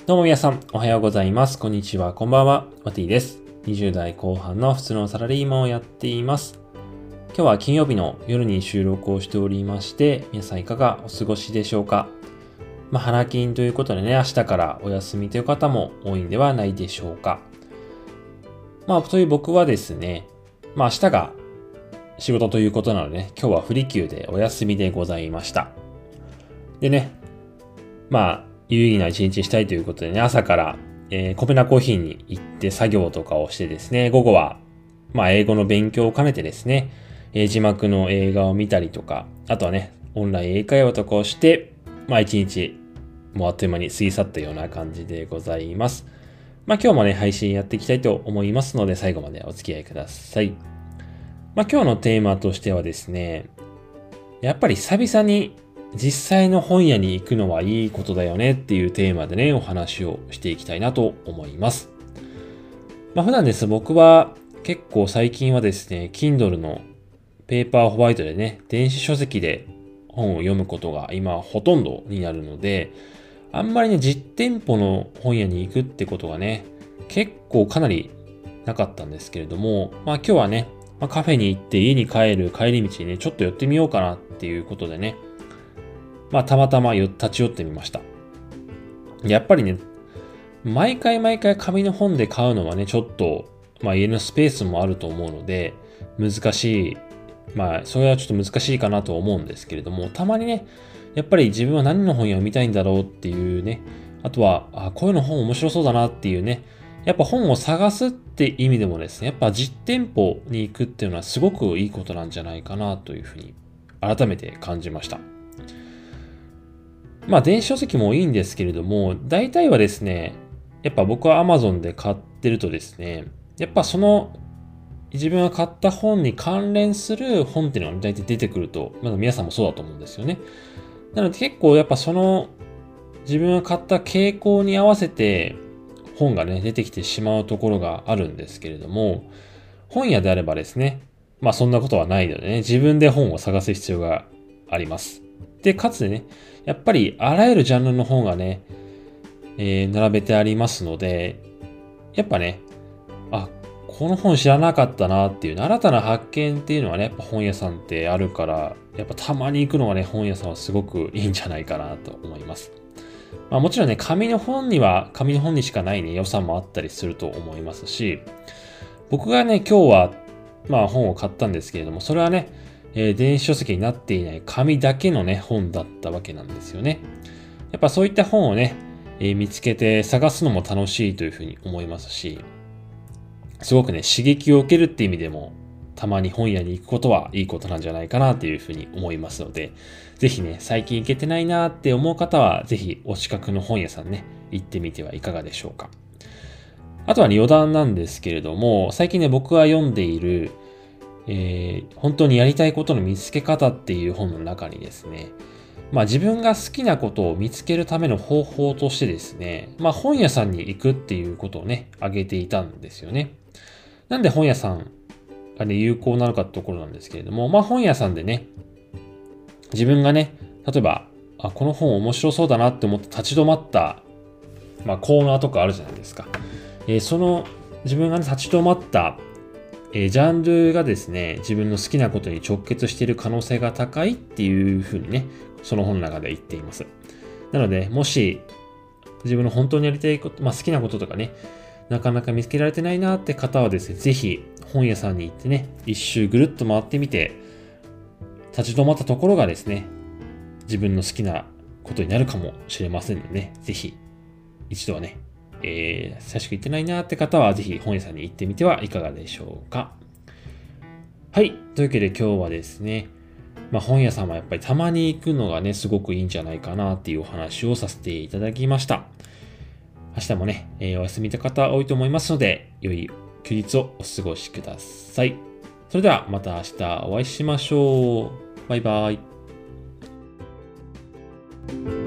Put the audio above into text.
どうも皆さん、おはようございます。こんにちは、こんばんは。マティです。20代後半の普通のサラリーマンをやっています。今日は金曜日の夜に収録をしておりまして、皆さんいかがお過ごしでしょうか。花金ということでね、明日からお休みという方も多いんではないでしょうか。という僕はですね、明日が仕事ということなのでね、今日は不利休でお休みでございました。でね、有意義な一日にしたいということでね、朝から、コペナコーヒーに行って作業とかをしてですね、午後は、英語の勉強を兼ねてですね、字幕の映画を見たりとか、あとはね、オンライン英会話とかをして、一日、もうあっという間に過ぎ去ったような感じでございます。今日もね、配信やっていきたいと思いますので、最後までお付き合いください。今日のテーマとしてはですね、やっぱり久々に実際の本屋に行くのはいいことだよねっていうテーマでね、お話をしていきたいなと思います。普段です、僕は結構最近はですね、Kindle のペーパーホワイトでね、電子書籍で本を読むことが今ほとんどになるので、あんまりね、実店舗の本屋に行くってことがね、結構かなりなかったんですけれども、今日はね、カフェに行って家に帰る帰り道にね、ちょっと寄ってみようかなっていうことでね、たまたま立ち寄ってみました。やっぱりね、毎回紙の本で買うのはね、ちょっと、家のスペースもあると思うので、難しい。それはちょっと難しいかなと思うんですけれども、たまにね、やっぱり自分は何の本読みたいんだろうっていうね、あとは、こういうの本面白そうだなっていうね、やっぱ本を探すって意味でもですね、やっぱ実店舗に行くっていうのはすごくいいことなんじゃないかなというふうに改めて感じました。電子書籍もいいんですけれども、大体はですね、やっぱ僕は Amazon で買ってるとですね、やっぱその自分が買った本に関連する本っていうのが大体出てくると、皆さんもそうだと思うんですよね。なので結構やっぱその自分が買った傾向に合わせて本がね、出てきてしまうところがあるんですけれども、本屋であればですね、そんなことはないのでね、自分で本を探す必要があります。で、かつね、やっぱりあらゆるジャンルの本がね、並べてありますので、やっぱね、この本知らなかったなっていう、新たな発見っていうのはね、やっぱ本屋さんってあるから、やっぱたまに行くのがね、本屋さんはすごくいいんじゃないかなと思います。もちろんね、紙の本にしかないね、良さもあったりすると思いますし、僕がね、今日は、本を買ったんですけれども、それはね、電子書籍になっていない紙だけのね、本だったわけなんですよね。やっぱそういった本をね、見つけて探すのも楽しいというふうに思いますし、すごくね、刺激を受けるって意味でも、たまに本屋に行くことはいいことなんじゃないかなっていうふうに思いますので、ぜひね、最近行けてないなって思う方は、ぜひお近くの本屋さんね、行ってみてはいかがでしょうか。あとはね、余談なんですけれども、最近ね、僕が読んでいる、本当にやりたいことの見つけ方っていう本の中にですね、自分が好きなことを見つけるための方法としてですね、本屋さんに行くっていうことをね、挙げていたんですよね。なんで本屋さんがね、有効なのかってところなんですけれども、本屋さんでね、自分がね、例えば、この本面白そうだなって思って立ち止まった、コーナーとかあるじゃないですか。その自分がね、立ち止まった、ジャンルがですね、自分の好きなことに直結している可能性が高いっていうふうにね、その本の中で言っています。なので、もし自分の本当にやりたいこと、好きなこととかね、なかなか見つけられてないなって方はですね、ぜひ本屋さんに行ってね、一周ぐるっと回ってみて、立ち止まったところがですね、自分の好きなことになるかもしれませんのでね、ぜひ一度はね、久しく行ってないなって方は、ぜひ本屋さんに行ってみてはいかがでしょうか。はい。というわけで今日はですね、本屋さんはやっぱりたまに行くのがね、すごくいいんじゃないかなっていうお話をさせていただきました。明日もね、お休みの方多いと思いますので、良い休日をお過ごしください。それではまた明日お会いしましょう。バイバイ。